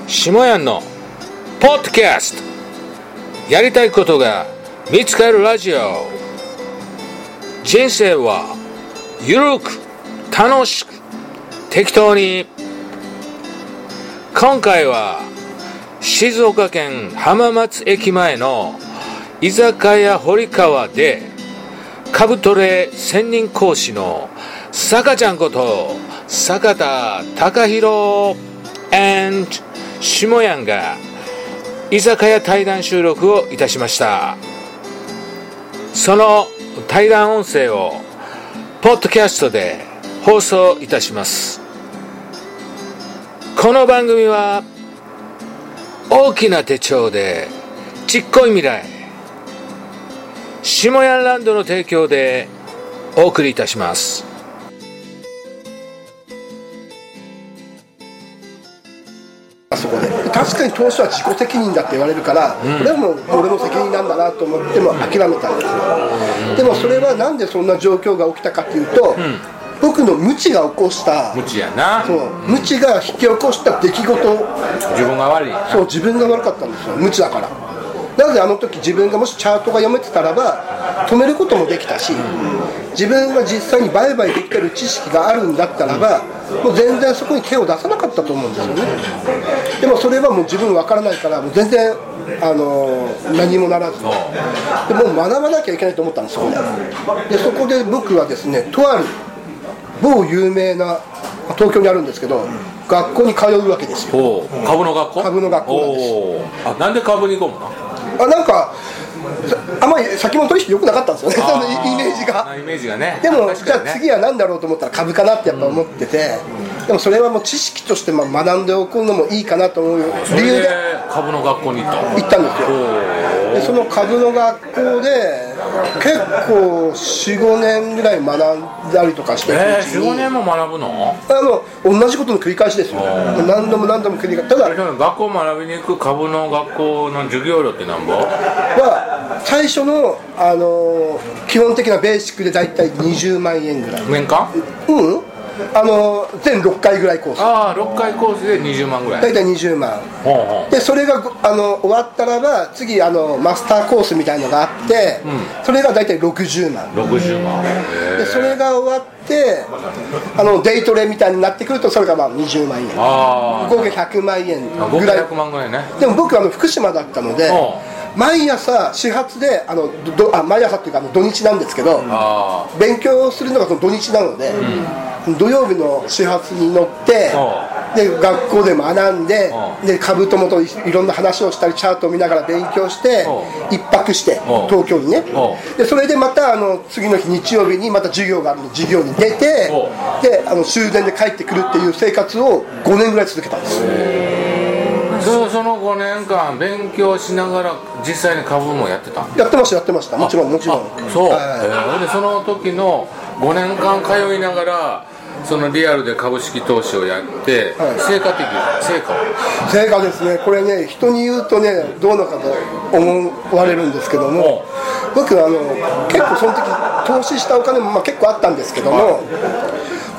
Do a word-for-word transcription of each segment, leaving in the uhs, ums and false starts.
下屋のポッドキャスト、やりたいことが見つかるラジオ。人生はゆるく楽しく適当に。今回は静岡県浜松駅前の居酒屋堀川で株トレ専任講師の坂ちゃんこと坂田貴弘 and 下やんが居酒屋対談収録をいたしました。その対談音声をポッドキャストで放送いたします。この番組は大きな手帳でちっこい未来、下やんランドの提供でお送りいたします。 そこで確かに投資は自己責任だって言われるから、うん、これはもう俺の責任なんだなと思っても諦めたんですよ、うん、でもそれはなんでそんな状況が起きたかっていうと、うん、僕の無知が起こした無知やなそう、うん、無知が引き起こした出来事、 自分が悪いそう自分が悪かったんですよ、無知だから。なのであの時自分がもしチャートが読めてたらば止めることもできたし、自分が実際に売買できてる知識があるんだったらばもう全然そこに手を出さなかったと思うんですよね。でもそれはもう自分分からないからもう全然あの何もならずでもう学ばなきゃいけないと思ったんですよね。でそこで僕はですね、とある某有名な東京にあるんですけど学校に通うわけですよ。 株の学校株の学校なんです。 あ、なんで株に行こうもな。 あ、なんかあんまり先物取引良くなかったんですよね、そのイメージが。 イメージがね。 でも、 ね、 じゃあ次は何だろうと思ったら株かなってやっぱ思ってて、うん、でもそれはもう知識としてまあ学んでおくのもいいかなと思う理由で株の学校に行った行ったんですよ。でその株の学校で結構 よん,ご 年ぐらい学んだりとかしてるうちに、 えー、よん,ご 年も学ぶの？ あの同じことの繰り返しですよ。何度も何度も繰り返し。ただ学校学びに行く株の学校の授業料って何ぼ？ は最初の、あのー、基本的なベーシックでだいたいにじゅうまんえんぐらい。 年間？ うんあの全ろっかいぐらいコース。 ああ、ろっかいコースでにじゅうまんぐらい。 だいたいにじゅうまん。ほうほう。でそれがあの終わったらば次あのマスターコースみたいのがあって、うん、それがだいたいろくじゅうまん。 ろくじゅうまん。 でそれが終わってあのデイトレみたいになってくるとそれがまあにじゅうまんえん。あ合計ひゃくまんえんぐらい。 合計ひゃくまんぐらいね。 でも僕はあの福島だったので。毎朝始発であのどあ毎朝っていうかあの土日なんですけど、勉強するのがその土日なので、うん、土曜日の始発に乗ってで学校で学んでで株友といろんな話をしたりチャートを見ながら勉強して一泊して東京にねでそれでまたあの次の日日曜日にまた授業があるので授業に出てであの終電で帰ってくるっていう生活をごねんぐらい続けたんです。 そ, そのごねんかん勉強しながら実際に株もやってた？ やってましたやってましたもちろんもちろん。 そう、はい、でその時のごねんかん通いながらそのリアルで株式投資をやって、はい、成果的成果は成果ですね。これね人に言うとねどうなのかと思われるんですけども、僕あの結構その時投資したお金もまあ結構あったんですけども、はい、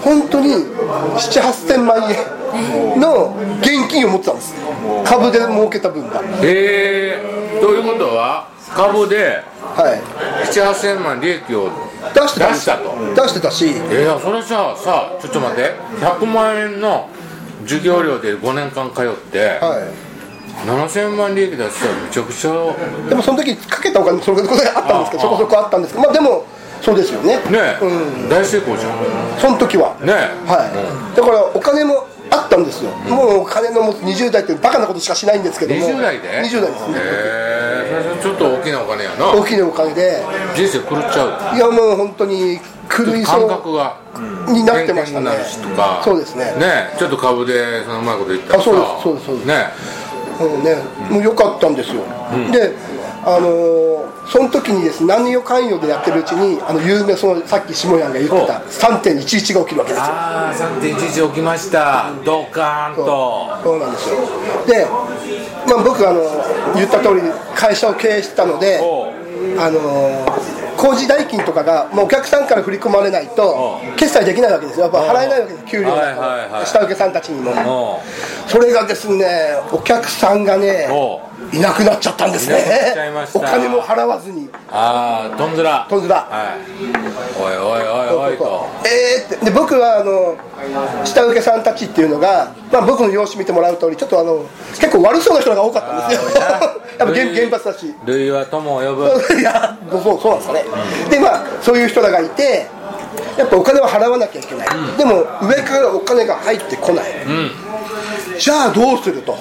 本当になな、はっせんまんえんの現金を持ってたんです。株で儲けた分が。 へえー、ということは株でなな、はっせんまん利益を出してた出したと出してたし、 えー、それじゃあさちょっと待ってひゃくまんえんの授業料でごねんかん通って、はい、ななせんまん利益出したらめちゃくちゃ。 でもその時かけたお金それこそあったんですけどそこそこあったんですけど、まあでもそうですよね。ね、 うん、大成功じゃんその時はね。 はい、うん、だからお金もあったんですよ、うん、もうお金の持つにじゅう代ってバカなことしかしないんですけども。 にじゅう代で？ にじゅう代ですね。 へえー、ちょっと大きなお金やな。 大きなお金で人生狂っちゃう。 いやもう本当に狂いそう感覚がになってましたね。 とかそうですね。 ねちょっと株でそのうまいこと言ったらさ。 あ、そうですそうですそうですね、 うんね、うん、もう良かったんですよ、うん、であのー、その時にですね何を関与でやってるうちにあの有名そのさっき下やんが言ってた さんてんいちいち が起きるわけですよ。 ああ さんてんいちいち 起きました、ドカーンと。 そう、そうなんですよ。で、まあ、僕あの言った通り会社を経営してたのであのー工事代金とかがもうお客さんから振り込まれないと決済できないわけですよ。やっぱ払えないわけです、給料が下請けさんたちにも。 それがですね、お客さんがねいなくなっちゃったんですね。お金も払わずに。 ああ、とんずらとんずら、 はい、おいおいおいおいと、 えーってで僕はあの下請けさんたちっていうのが、まあ、僕の容姿見てもらう通りちょっとあの結構悪そうな人が多かったんですよ。やっぱ原原発だし、 類は友を呼ぶ。 いやそうそうなんですかね、うん、でまあそういう人らがいて、やっぱお金は払わなきゃいけない、うん、でも上からお金が入ってこない、うん、じゃあどうすると、うん、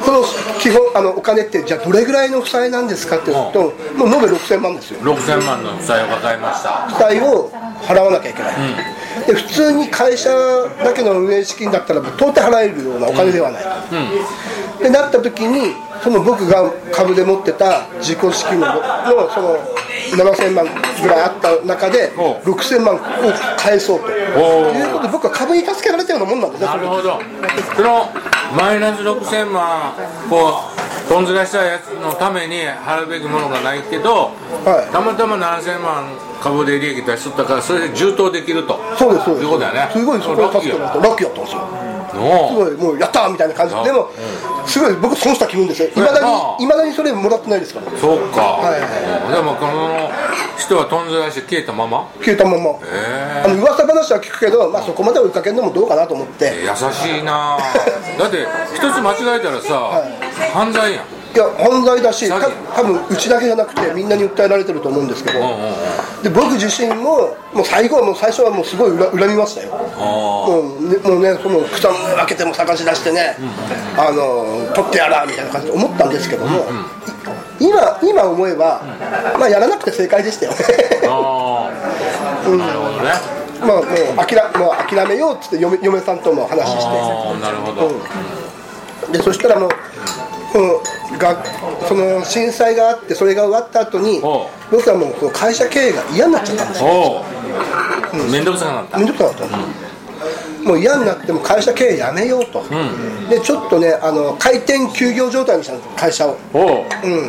この基本あのお金ってじゃあどれぐらいの負債なんですかって言うと、うん、もう延べろくせんまんですよ。 ろくせんまんの負債を抱えました。 負債を払わなきゃいけない、うん、で普通に会社だけの運営資金だったら到底払えるようなお金ではない、うん、でなった時にその僕が株で持ってた自己資金 の, のそのななせんまんぐらいあった中でろくせんまんを返そうということで、僕は株に助けられたようなもんなんですね。 なるほど。そのマイナスろくせんまんこうとんずらしたやつのために払うべきものがないけど、はい、たまたまななせんまん株で利益出しとったからそれで充当できると。 そうですそうです。 いうことだよね。 すごいそこを助けられた。ラッキーだったんですよ。すごいもうやったーみたいな感じで、でもすごい僕損した気分ですよ。いまだにいまだにそれもらってないですから。 そうか、はいはい、でもこの人はとんずらして消えたまま消えたまま、えー、あの噂話は聞くけど、まあ、そこまで追いかけるのもどうかなと思って、 えー、優しいなだって一つ間違えたらさ、はい、犯罪やん。 いや犯罪だし、多分うちだけじゃなくてみんなに訴えられてると思うんですけど、うんうんうん、で僕自身ももう最後はもう最初はもうすごい恨みましたよ。もうね、もうねその草も開けても探し出してね、うんうん、あの取ってやらみたいな感じで思ったんですけども、うんうん、今今思えば、まあやらなくて正解でしたよね。あ、うん、なるほどね。まあもう諦、もう諦めようっつって 嫁, 嫁さんとも話して、 なるほど、 うん、でそしたらもううんがその震災があってそれが終わった後に僕はもう会社経営が嫌になっちゃったんですよ。 面倒くさくなった。 面倒くさかった、うん、もう嫌になっても会社経営やめようと、うん、でちょっとねあの開店休業状態にしたんです会社を、うん、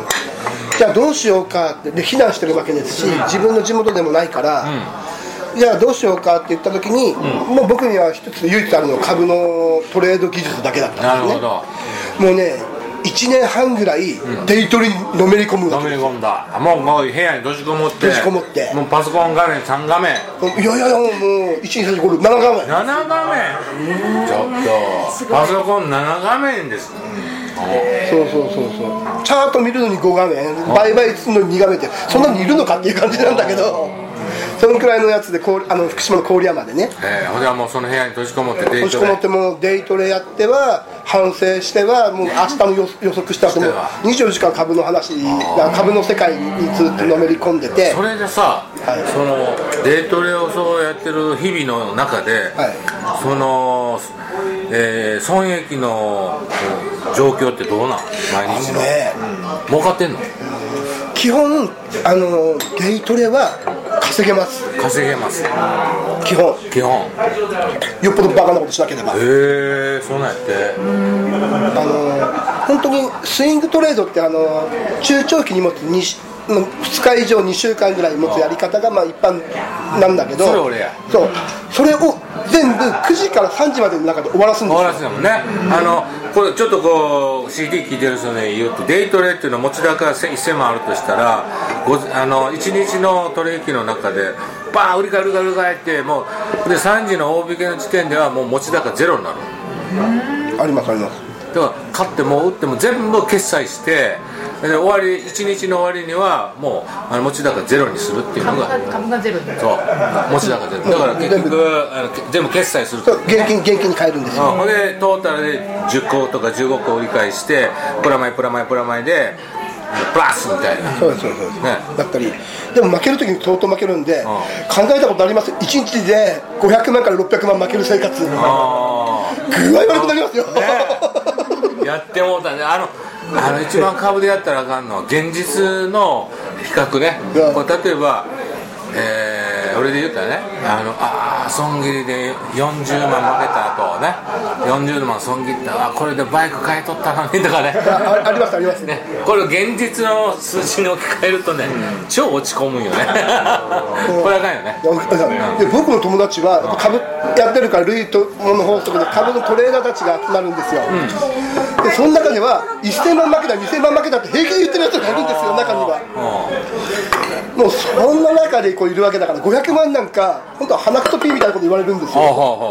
じゃあどうしようかってで避難してるわけですし、うん、自分の地元でもないから、うん、じゃあどうしようかって言った時に、うん、もう僕には一つ唯一あるのは株のトレード技術だけだったんですね。なるほど。もうねいちねんはんぐらいデイトレにのめり込むわけです。 のめり込んだ。もう、もう部屋に閉じこもって閉じこもってもうパソコン画面さん画面、 いやいやいやもういち、に、さん、よん、ご、ろく、なな画面なな画面ちょっとパソコンなな画面です、 うん、そうそうそうそうチャート見るのにご画面売買するのにに画面ってそんなにいるのかっていう感じなんだけど、そのくらいのやつであの福島の郡山でね、 えー、ほんではもうその部屋に閉じこもってデイトレ閉じこもってもうデイトレやっては反省してはもう明日の予測した後もにじゅうよじかん株の話株の世界にずっとのめり込んでて、 それでさ、はい、そのデイトレをそうやってる日々の中で、はい、その、えー、損益の状況ってどうなん毎日の、ね、うん、儲かってんの？ 基本あのデイトレは稼げます稼げます基本基本よっぽどバカなことしなければ。 へえ、そうなんやって。 あの本当にスイングトレードってあの中長期に持つにふつか以上にしゅうかんぐらい持つやり方がまあ一般なんだけど、 それ俺やそうそれを全部くじからさんじまでの中で終わらすんですよ。 終わらすんだもんね、うん、あのこれちょっとこう シーディー 聞いてる人に言うとデイトレっていうのは持ち高がせんまんあるとしたらあのいちにちの取引の中でバーン売り買い売り買い売り買いってもうでさんじの大引けの時点ではもう持ち高ゼロになる。 ありますあります。 だから買っても売っても全部決済してで終わりいちにちの終わりにはもうあの持ち高ゼロにするっていうのが株がゼロになる。 そう持ち高ゼロだから結局あの全部決済すると現金現金に変えるんですよ。 ほんでトータルでじゅっことかじゅうごこ売り買いしてプラマイプラマイプラマイでプラスみたいな。 そうですそうです、ね、だったりでも負けるときに相当負けるんで、うん、考えたことあります。いちにちでごひゃくまんからろっぴゃくまん負ける生活あ具合悪くなりますよ、ね、 やってもうたね。あのあの一番株でやったらあかんのは現実の比較ね。これ例えば、えー、俺で言ったらねあのあ損切りでよんじゅうまん負けた後ねよんじゅうまん損切ったあこれでバイク買い取ったのにとかねあ, ありますありますね。これ現実の数字に置き換えるとね、うん、超落ち込むよね。 これあかんよね。 で僕の友達は株やってるからルイとの法則で株のトレーダーたちが集まるんですよ、うん、でその中ではせんまん負けたにせんまん負けたって平気で言ってるやつがいるんですよ、中には。もうそんな中でこういるわけだから、ごひゃくまんなんか本当は鼻くとピーみたいなこと言われるんですよ。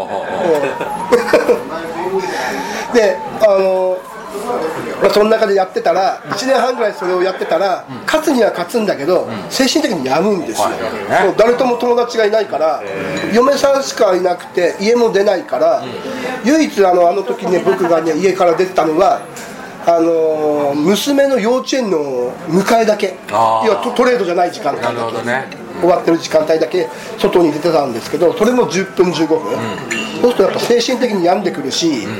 であのまあ、その中でやってたらいちねんはんぐらいそれをやってたら、うん、勝つには勝つんだけど、うん、精神的に病むんですよ、うん、もう誰とも友達がいないから、嫁さんしかいなくて家も出ないから、うん、唯一あの、あの時ね僕がね家から出てたのはあのー、娘の幼稚園の迎えだけ、いや ト, トレードじゃない時間帯だけ、なるほどね、終わってる時間帯だけ外に出てたんですけど、それもじゅっぷんじゅうごふん、うん、そうするとやっぱ精神的に病んでくるし、うん、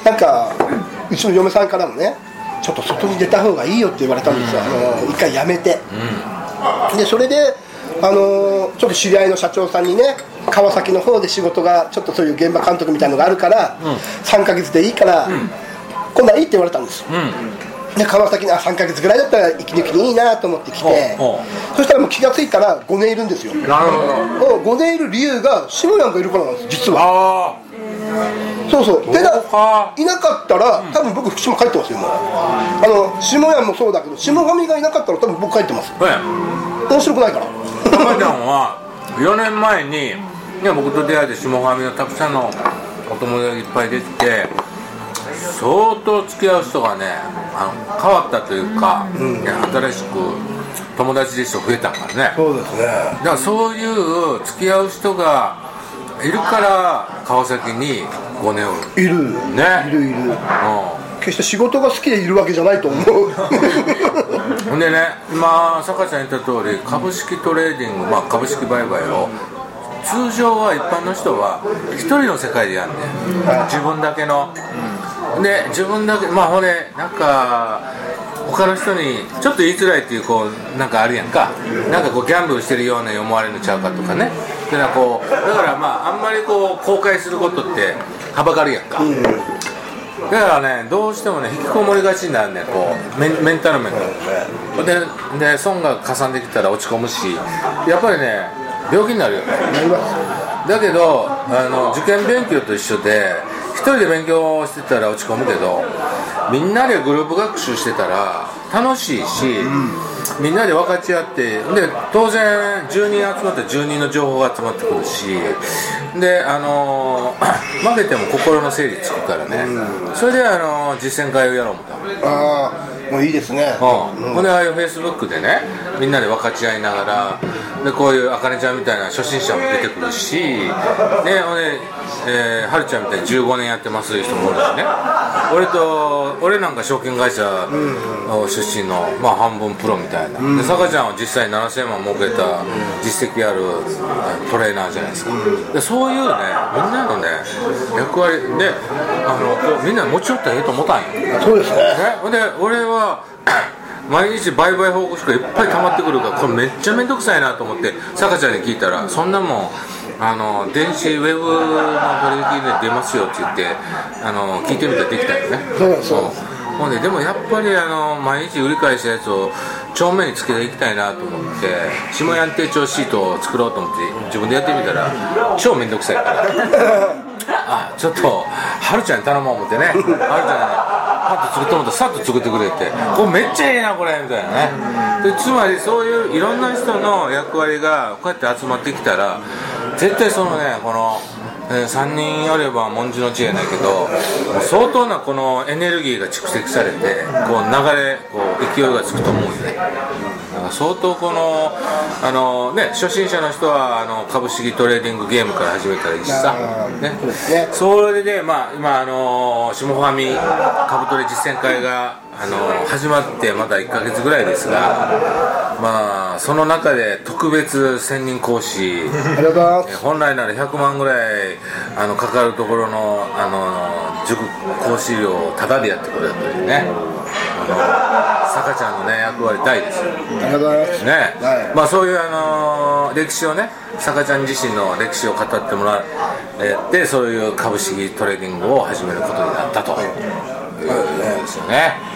なんかうちの嫁さんからもね、ちょっと外に出た方がいいよって言われたんですよ、あの一回やめて、うん、でそれであのちょっと知り合いの社長さんにね、川崎の方で仕事がちょっとそういう現場監督みたいなのがあるから、うん、さんかげつでいいから、うん、今度はいいって言われたんですよ、うん、で川崎にあさんかげつぐらいだったら息抜きにいいなと思ってきて、そしたらもう気がついたらごねんいるんですよ。なるほど。ごねんいる理由が下山がいるからなんです実は。あそうそうでだいなかったら多分僕福島帰ってますよもう。あの下山もそうだけど下上がいなかったら多分僕帰ってます。面白くないから。 赤ちゃんはよねんまえに、ね、僕と出会いで下上のたくさんのお友達がいっぱいできて、相当付き合う人がねあの変わったというか、うん、新しく友達で人増えたからね。 そうですね。だからそういう付き合う人がいるから川崎にごねんおる。 いるね。いるいる、うん、決して仕事が好きでいるわけじゃないと思う。 ほんでね、今坂ちゃん言った通り株式トレーディング、まあ、株式売買を通常は一般の人は一人の世界でやんねん、はい、自分だけの、うん、で自分だけまあほんでなんか他の人にちょっと言いづらいっていうこうなんかあるやんか、なんかこうギャンブルしてるように思われるのちゃうかとかね。でなこうだからまああんまりこう公開することってはばかるやんか、うん、だからねどうしてもね引きこもりがちになるねこう メ, メンタル面でで損がかさんできたら落ち込むし、やっぱりね病気になるよね。だけどあの受験勉強と一緒で一人で勉強してたら落ち込むけどみんなでグループ学習してたら楽しいし、うん、みんなで分かち合ってで当然じゅうにん集まってじゅうにんの情報が集まってくるしで、あのー、負けても心の整理つくからね、うん、それで、あのー、実践会をやろうもん。 ああもういいですね。 うんうん、これああいうフェイスブックでねみんなで分かち合いながらでこういうあかねちゃんみたいな初心者も出てくるしで俺えー、はるちゃんみたいにじゅうごねんやってます人もおるしね、俺と俺なんか証券会社出身の、まあ、半分プロみたいな、うん、で坂ちゃんは実際ななせんまん儲けた実績あるトレーナーじゃないですか。でそういうねみんなのね役割であのこうみんな持ち寄ったらええと思ったんよ。 そうですね。 で俺は毎日売買報告書がいっぱい溜まってくるからこれめっちゃめんどくさいなと思って坂ちゃんに聞いたらそんなもんあの電子ウェブの取引で出ますよって言ってあの聞いてみたらできたよね。 そうそうほんででもやっぱりあの毎日売り返したやつを帳面につけていきたいなと思って下屋手帳シートを作ろうと思って自分でやってみたら超めんどくさいからあちょっとはるちゃんに頼もう思ってねはるちゃんにパッと作ってもらったらさっと作ってくれてこれめっちゃいいなこれみたいなね。でつまりそういういろんな人の役割がこうやって集まってきたら絶対そのねこの、えー、さんにんよれば文字の知恵ないけど相当なこのエネルギーが蓄積されてこう流れこう勢いがつくと思うんで、ね、だから相当このあの、ね、初心者の人はあの株式トレーディングゲームから始めたらいいしさ、ね、それで、まあ、今あの下ファミ株トレ実践会があの始まってまだいっかげつぐらいですが、まあ、その中で特別専任講師本来ならひゃくまんぐらいあのかかるところの、あの塾講師料をタダでやってくれたというねあの坂ちゃんの、ね、役割大ですよ。 ありがとうございます、 ねはいまあ、そういう、あの歴史をね坂ちゃん自身の歴史を語ってもらってそういう株式トレーディングを始めることになったということですよね。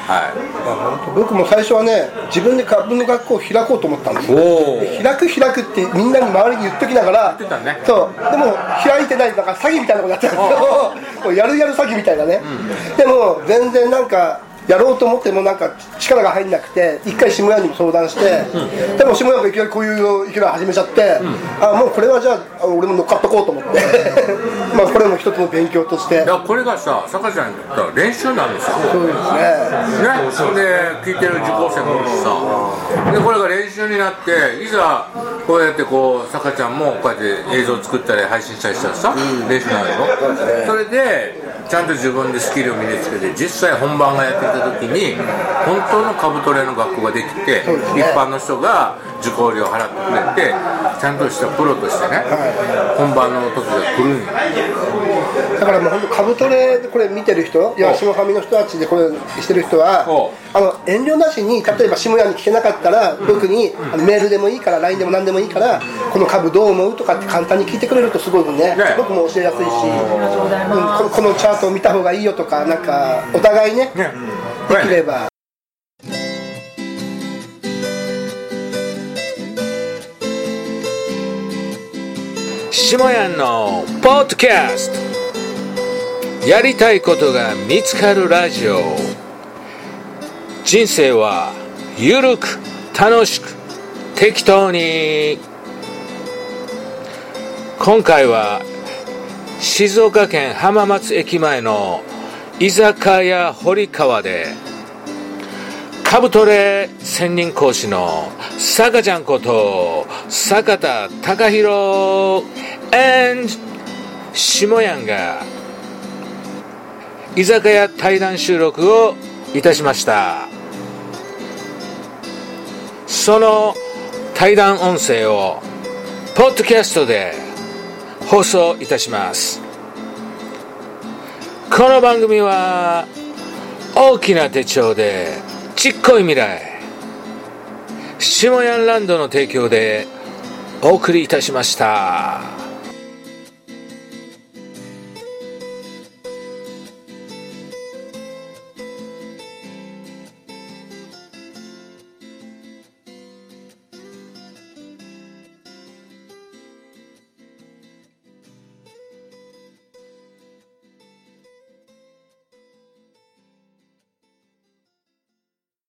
はい、 僕も最初はね自分で株の学校を開こうと思ったんですよ。で開く開くってみんなに周りに言っときながら言ってたね。 そうでも開いてないなんか詐欺みたいなことやってたんですけどやるやる詐欺みたいなね、うん、でも全然なんかやろうと思ってもなんか力が入んなくて一回下屋にも相談して、うん、でも下屋がいきなりこういうのをいきなり始めちゃって、うん、あもうこれはじゃあ俺も乗っかっとこうと思ってまあこれも一つの勉強としていやこれがさ坂ちゃんにとったら練習なんですよ。 そうですねねそれで聞いてる受講生もいるしさでこれが練習になっていざこうやってこう坂ちゃんもこうやって映像作ったり配信したりしたらさ、うん、練習になるの、それでちゃんと自分でスキルを身につけて実際本番がやってきた時に本当の株トレの学校ができて、ね、一般の人が受講料を払ってくれてちゃんとしたプロとしてね、はい、本番の時が来るんよ。 だからもう本当株トレでこれ見てる人いや下上の人たちでこれしてる人はあの遠慮なしに例えば下屋に聞けなかったら僕に、うん、あのメールでもいいから ライン でも何でもいいからこの株どう思うとかって簡単に聞いてくれるとすごいね、ね僕も教えやすいし、うん、こ, このチャートを見た方がいいよとかなんかお互いね、ねできれば。 下屋のポッドキャストやりたいことが見つかるラジオ。人生はゆるく楽しく適当に。今回は静岡県浜松駅前の居酒屋堀川で株トレ専任講師の坂ちゃんこと坂田貴弘 and 下やんが居酒屋対談収録をいたしました。その対談音声をポッドキャストで放送いたします。この番組は大きな手帳でちっこい未来下やんランドの提供でお送りいたしました。